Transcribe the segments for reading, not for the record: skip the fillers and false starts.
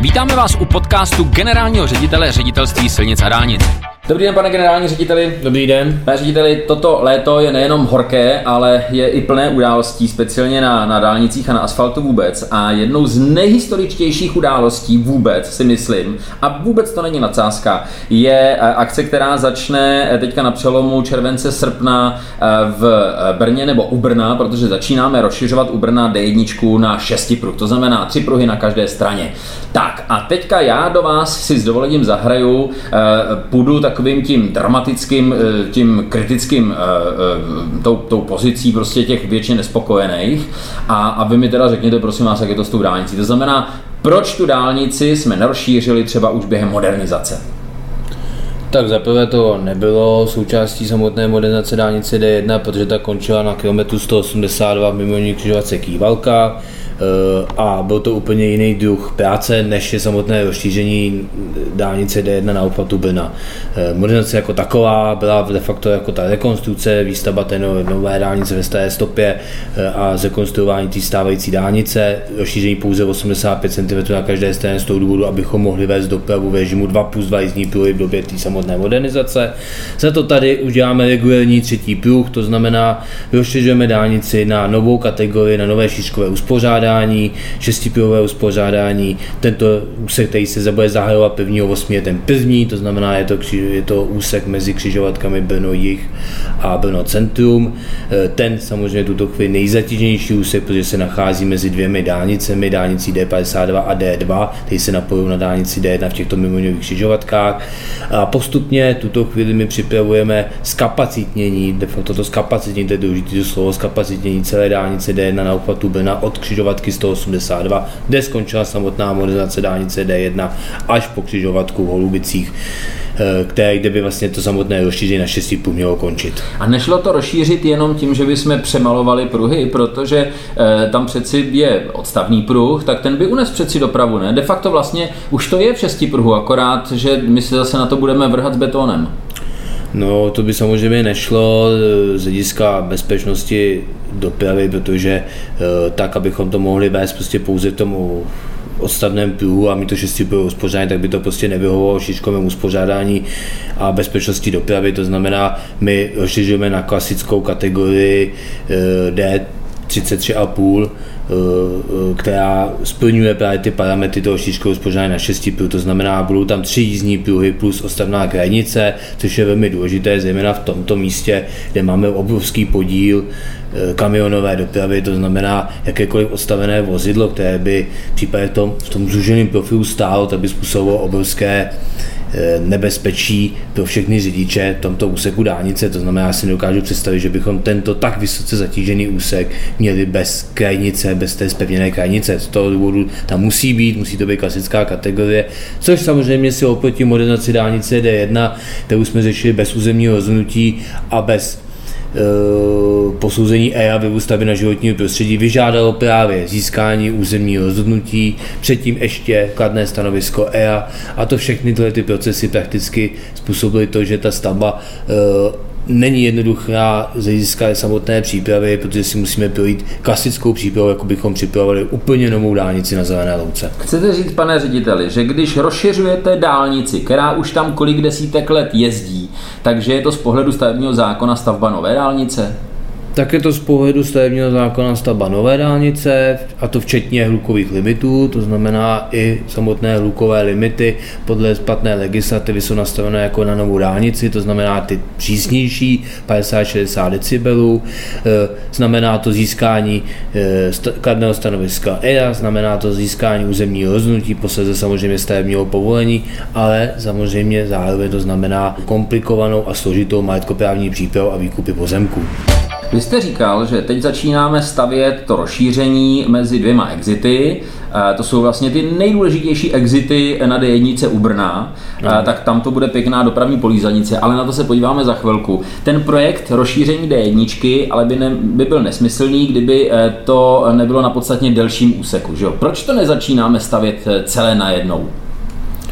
Vítáme vás u podcastu generálního ředitele Ředitelství silnic a dálnic. Dobrý den, pane generální řediteli. Dobrý den. Pane řediteli, toto léto je nejenom horké, ale je i plné událostí, speciálně na dálnicích a na asfaltu vůbec. A jednou z nejhistoričtějších událostí vůbec, si myslím, a vůbec to není nadsázka, je akce, která začne teďka na přelomu července-srpna v Brně nebo u Brna, protože začínáme rozšiřovat u Brna D1 na 6 pruh, to znamená 3 pruhy na každé straně. Tak a teďka já do vás si s dovolením zahraju, půjdu takovým tím dramatickým, tím kritickým tou pozicí prostě těch většině nespokojených a vy mi teda řekněte, prosím vás, jak je to s tou dálnicí. To znamená, proč tu dálnici jsme nerozšířili třeba už během modernizace? Tak zaprvé to nebylo součástí samotné modernizace dálnice D1, protože ta končila na kilometru 182 mimo křižovatce Kývalka a byl to úplně jiný druh práce, než je samotné rozšíření dálnice D1 na obchvatu Brna. Modernizace jako taková byla de facto jako ta rekonstrukce, výstavba té nové dálnice ve staré stopě a zrekonstruování té stávající dálnice, rozšíření pouze 85 cm na každé straně z toho důvodu, abychom mohli vést dopravu v režimu 2+2 jízdní pruhy v době té samotné modernizace. Za to tady už děláme regulérní 3. pruh, to znamená, rozšiřujeme dálnici na novou kategorii, na nové šířkové uspořádání, 6pruhové uspořádání. Tento úsek, který se bude zahajovat 1.8. je ten první, to znamená, je to úsek mezi křižovatkami Brno Jih a Brno Centrum. Ten samozřejmě tuto chvíli nejzatíženější úsek, protože se nachází mezi dvěmi dálnicemi, dálnicí D52 a D2, který se napojují na dálnici D1 v těchto mimoňových křižovatkách. A postupně tuto chvíli my připravujeme zkapacitnění, de facto to zkapacitnění, to je důležité slovo, zkapacitnění celé dálnice D1 na obchvatu Brna od křižovatky 182, kde skončila samotná modernizace dálnice D1 až po křižovatku v Holubicích, kde by vlastně to samotné rozšíření na 6 pruh mělo končit. A nešlo to rozšířit jenom tím, že bychom přemalovali pruhy, protože tam přeci je odstavný pruh, tak ten by unes přeci dopravu, ne? De facto vlastně už to je v 6 pruhu, akorát, že my se zase na to budeme vrhat s betonem. No, to by samozřejmě nešlo z hlediska bezpečnosti dopravy, protože tak, abychom to mohli vést prostě pouze k tomu odstavném pruhu a mít to 6pruhové uspořádání, tak by to prostě nevyhovovalo šířkovému uspořádání a bezpečnosti dopravy. To znamená, my rozšiřujeme na klasickou kategorii D33,5, která splňuje právě ty parametry toho šířkového uspořádání na 6 pruh, to znamená, budou tam 3 jízdní pruhy plus odstavná krajnice, což je velmi důležité, zejména v tomto místě, kde máme obrovský podíl kamionové dopravy, to znamená jakékoliv odstavené vozidlo, které by v případě v tom zúženém profilu stálo, tak by způsobilo obrovské nebezpečí pro všechny řidiče v tomto úseku dálnice, to znamená, já si nedokážu představit, že bychom tento tak vysoce zatížený úsek měli bez krajnice, bez té zpevněné krajnice. Z toho důvodu tam musí to být klasická kategorie, což samozřejmě si oproti modernizaci dálnice D1, kterou jsme řešili bez územního rozhodnutí a bez posouzení EIA vlivu stavby na životního prostředí vyžádalo právě získání územního rozhodnutí, předtím ještě kladné stanovisko EIA a to všechny tyhle ty procesy prakticky způsobily to, že ta stavba není jednoduchá z hlediska samotné přípravy, protože si musíme projít klasickou přípravu, jako bychom připravovali úplně novou dálnici na zelené louce. Chcete říct, pane řediteli, že když rozšiřujete dálnici, která už tam kolik desítek let jezdí, takže je to z pohledu stavebního zákona stavba nové dálnice? Tak je to z pohledu stavebního zákona stavba nové dálnice, a to včetně hlukových limitů, to znamená i samotné hlukové limity podle platné legislativy jsou nastavené jako na novou dálnici, to znamená ty přísnější 50-60 decibelů, znamená to získání kladného stanoviska EIA, znamená to získání územního rozhodnutí, posledně samozřejmě stavebního povolení, ale samozřejmě zároveň to znamená komplikovanou a složitou majetkoprávní přípravu a výkupy pozemků. Vy jste říkal, že teď začínáme stavět to rozšíření mezi dvěma exity. To jsou vlastně ty nejdůležitější exity na D1 u Brna. Tak tam to bude pěkná dopravní polízanice, ale na to se podíváme za chvilku. Ten projekt rozšíření D1 ale by byl nesmyslný, kdyby to nebylo na podstatně delším úseku. Že jo? Proč to nezačínáme stavět celé najednou?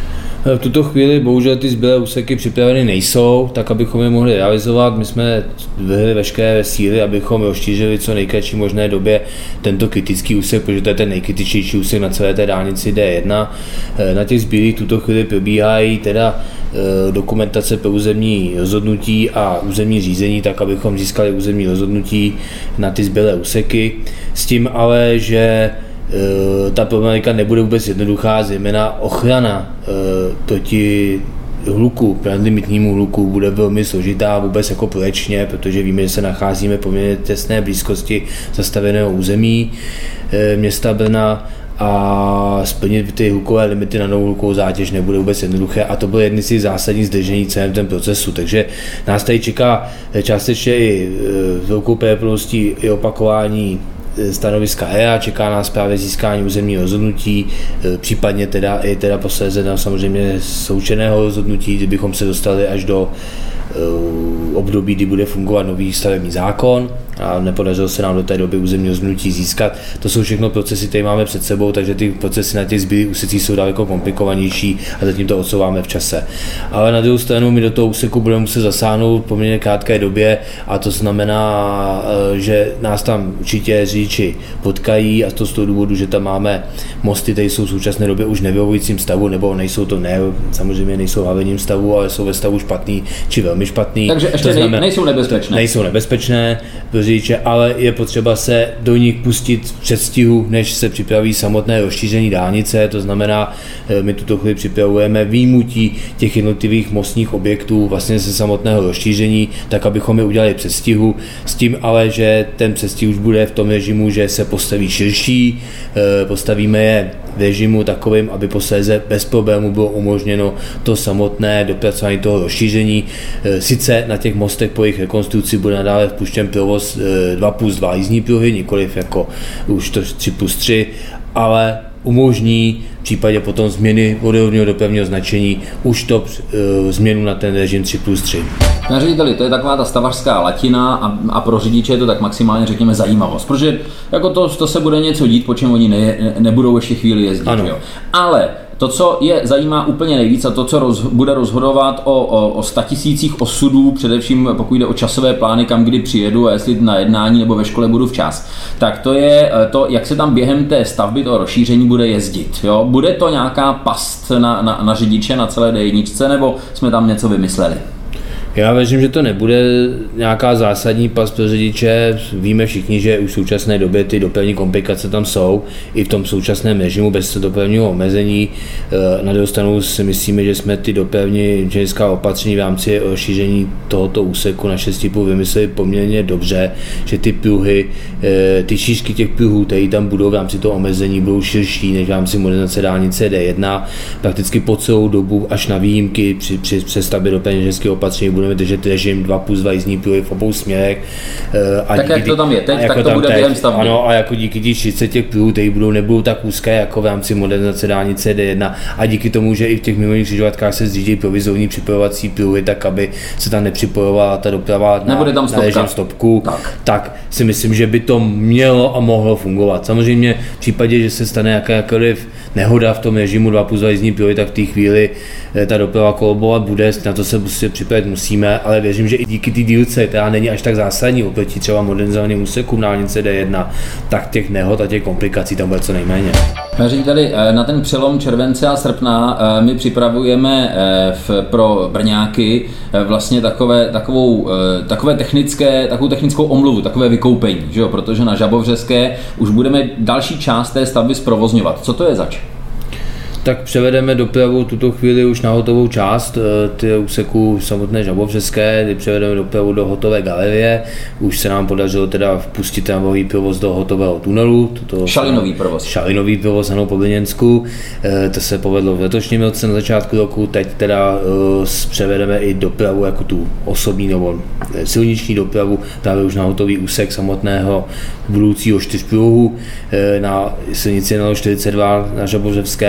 V tuto chvíli bohužel ty zbylé úseky připraveny nejsou, tak abychom je mohli realizovat. My jsme vyhli veškeré síly, abychom rozšířili co nejkratší možné době tento kritický úsek, protože to je ten nejkritičtější úsek na celé té dálnici D1. Na těch zbylých v tuto chvíli probíhají teda dokumentace pro územní rozhodnutí a územní řízení, tak abychom získali územní rozhodnutí na ty zbylé úseky. S tím ale, že ta problematika nebude vůbec jednoduchá, zejména ochrana proti hluku, nadlimitnímu hluku bude velmi složitá vůbec jako projekčně, protože víme, že se nacházíme v poměrně těsné blízkosti zastavěného území města Brna a splnit ty hlukové limity na novou hlukovou zátěž nebude vůbec jednoduché a to bylo jedno z těch zásadních zdržení celém tom procesu. Takže nás tady čeká částečně i velkou pravděpodobností i opakování stanoviska EIA, čeká nás právě získání územního rozhodnutí, případně i posléze samozřejmě součinného rozhodnutí, kdybychom se dostali až do období, kdy bude fungovat nový stavební zákon a nepodařilo se nám do té doby územní rozhodnutí získat. To jsou všechno procesy, které máme před sebou, takže ty procesy na těch zbylých úsecích jsou daleko komplikovanější a zatím to odsouváme v čase. Ale na druhou stranu my do toho úseku budeme muset zasáhnout v poměrně krátké době a to znamená, že nás tam určitě řidiči potkají a to z toho důvodu, že tam máme mosty, které jsou v současné době už nevyhovujícím stavu, nebo samozřejmě nejsou v havarijním stavu, ale jsou ve stavu špatný či velmi špatný. Takže ještě nejsou nebezpečné. Nejsou nebezpečné pro řidiče, ale je potřeba se do nich pustit v předstihu, než se připraví samotné rozšíření dálnice. To znamená, my tuto chvíli připravujeme výjimutí těch jednotlivých mostních objektů vlastně ze samotného rozšíření, tak abychom je udělali předstihu. S tím ale, že ten předstih už bude v tom režimu, že se postaví širší, postavíme je v režimu takovým, aby posléze bez problému bylo umožněno to samotné dopracování toho rozšíření. Sice na těch mostech po jejich rekonstrukci bude nadále vpuštěn provoz 2+2 jízdní pruhy, nikoliv jako už to 3+3, ale umožní v případě potom změny vodorovného dopravního značení už to změnu na ten režim 3+3. Pane řediteli, to je taková ta stavařská latina a pro řidiče je to tak maximálně řekněme zajímavost, protože jako to se bude něco dít, po čem oni nebudou ještě chvíli jezdit. Jo. Ale to, co je zajímá úplně nejvíc a to, co bude rozhodovat o 100 000 osudů, především pokud jde o časové plány, kam kdy přijedu a jestli na jednání nebo ve škole budu včas, tak to je to, jak se tam během té stavby, toho rozšíření bude jezdit. Jo? Bude to nějaká past na řidiče na celé D1, nebo jsme tam něco vymysleli? Já věřím, že to nebude nějaká zásadní past pro řidiče. Víme všichni, že už v současné době ty dopravní komplikace tam jsou, i v tom současném režimu bez dopravního omezení. Na druhou stranu si myslíme, že jsme ty dopravní inženýrská opatření v rámci rozšíření tohoto úseku na 6 typů vymysleli poměrně dobře, že ty pruhy, ty šířky těch pruhů, které tam budou v rámci toho omezení, budou širší než v rámci modernizace dálnice D1. Prakticky po celou dobu až na výjimky při přestavbě dopravní inženýrských opatření budeme držet režim 2+2 jízdní pruhy v obou směrech. Tak jak to tam je teď, tak to bude během stavby. Ano, a jako díky těch 40 těch pruhů, které nebudou tak úzké jako v rámci modernizace dálnice D1 a díky tomu, že i v těch mimořádných křižovatkách se zřídí provizorní připojovací pruhy, tak aby se tam nepřipojovala ta doprava na režim stopku, tak si myslím, že by to mělo a mohlo fungovat. Samozřejmě v případě, že se stane jakákoliv nehoda v tom režimu 2+2 jízdní pruhy, tak v té chvíli ta doprava kolobovat bude, na to se prostě připravit musíme, ale věřím, že i díky té dílce, která není až tak zásadní oproti třeba modernizovaným úsekům dálnice D1, tak těch nehod a těch komplikací tam bude co nejméně. Řediteli, na ten přelom července a srpna my připravujeme pro Brňáky vlastně takovou technickou omluvu, takové vykoupení, že jo? Protože na Žabovřeské už budeme další část té stavby zprovozňovat. Co to je zač? Tak převedeme dopravu tuto chvíli už na hotovou část ty úseků samotné Žabovřeské, kdy převedeme dopravu do hotové galerie. Už se nám podařilo teda vpustit tramvajový provoz do hotového tunelu. Šalinový provoz, ano, po Brněnsku. To se povedlo v letošním roce na začátku roku. Teď teda převedeme i dopravu jako tu osobní nebo silniční dopravu právě už na hotový úsek samotného budoucího 4pruhu na silnici 42 na Žabovřeské.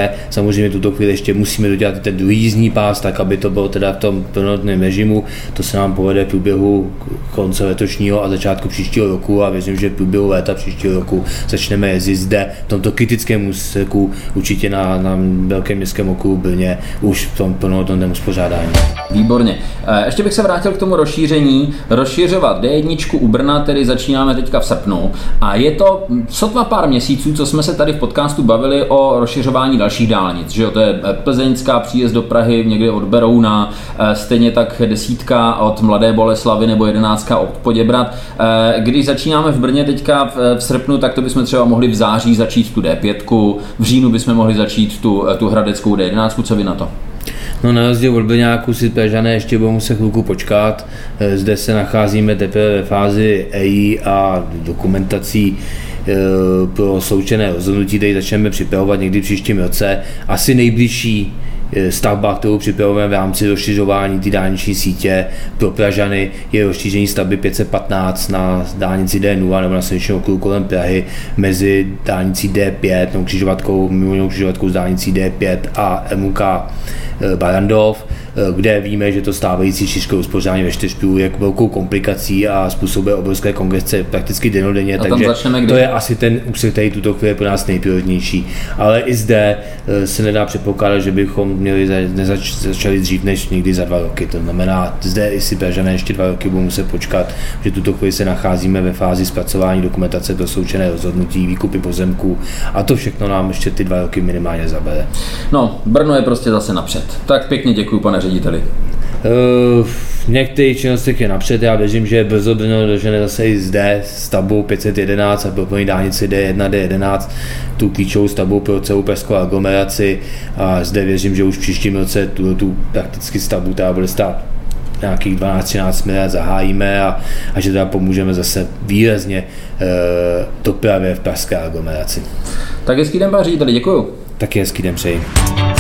Samozřejmě tuto chvíli ještě musíme dodělat ten druhý jízdní pás, tak aby to bylo teda v tom plnohodnotném režimu. To se nám povede v průběhu konce letošního a začátku příštího roku a věřím, že v průběhu léta příštího roku začneme jezdit zde v tomto kritickém úseku, určitě na velkém městském okruhu Brně už v tom plnohodnotném uspořádání. Výborně. Ještě bych se vrátil k tomu rozšíření. Rozšiřovat D1 u Brna tedy začínáme teďka v srpnu a je to sotva pár měsíců, co jsme se tady v podcastu bavili o rozšiřování dalších dálnic. Že jo? To je plzeňská příjezd do Prahy někdy od Berouna, stejně tak 10 od Mladé Boleslavi nebo 11 od Poděbrad. Když začínáme v Brně teďka v srpnu, tak to bychom třeba mohli v září začít tu D5, v říjnu bychom mohli začít tu hradeckou D11. Co vy na to? No na rozdíl od Brňáku si Pražané ještě budou muset chvilku počkat. Zde se nacházíme teprve ve fázi EI a dokumentací pro sloučené rozhodnutí, tady začneme připravovat někdy v příštím roce. Asi nejbližší stavba, kterou připravujeme v rámci rozšiřování té dálniční sítě pro Pražany, je rozšíření stavby 515 na dálnici D0 nebo na silničním okruhu kolem Prahy mezi dálnicí D5 nebo křižovatkou, mimo křižovatkou z dálnicí D5 a MUK Barandov, kde víme, že to stávající šířkové uspořádání ve 4 je velkou komplikací a způsobuje obrovské kongesce prakticky dennodenně, takže to je asi ten úsek, který tuto chvíli pro nás nejprioritnější. Ale i zde se nedá předpokládat, že bychom měli začali dřív než někdy za 2 roky. To znamená, zde i si Pražané ještě 2 roky budou muset počkat, že tuto chvíli se nacházíme ve fázi zpracování dokumentace pro sloučené rozhodnutí, výkupy pozemků a to všechno nám ještě ty 2 roky minimálně zabere. No, Brno je prostě zase napřed. Tak pěkně děkuju, pane řediteli. V některých činnostech je napřed, já věřím, že brzo Brno dožene zase i zde stavbou 511 a propojí dálnici D1, D11, tu klíčovou stavbou pro celou pražskou aglomeraci a zde věřím, že už v příštím roce tu prakticky stavbu, která bude stát nějakých 12-13 miliard zahájíme a že teda pomůžeme zase výrazně dopravě v pražské aglomeraci. Tak hezký den, pane řediteli, děkuju. Taky hezký den přeji.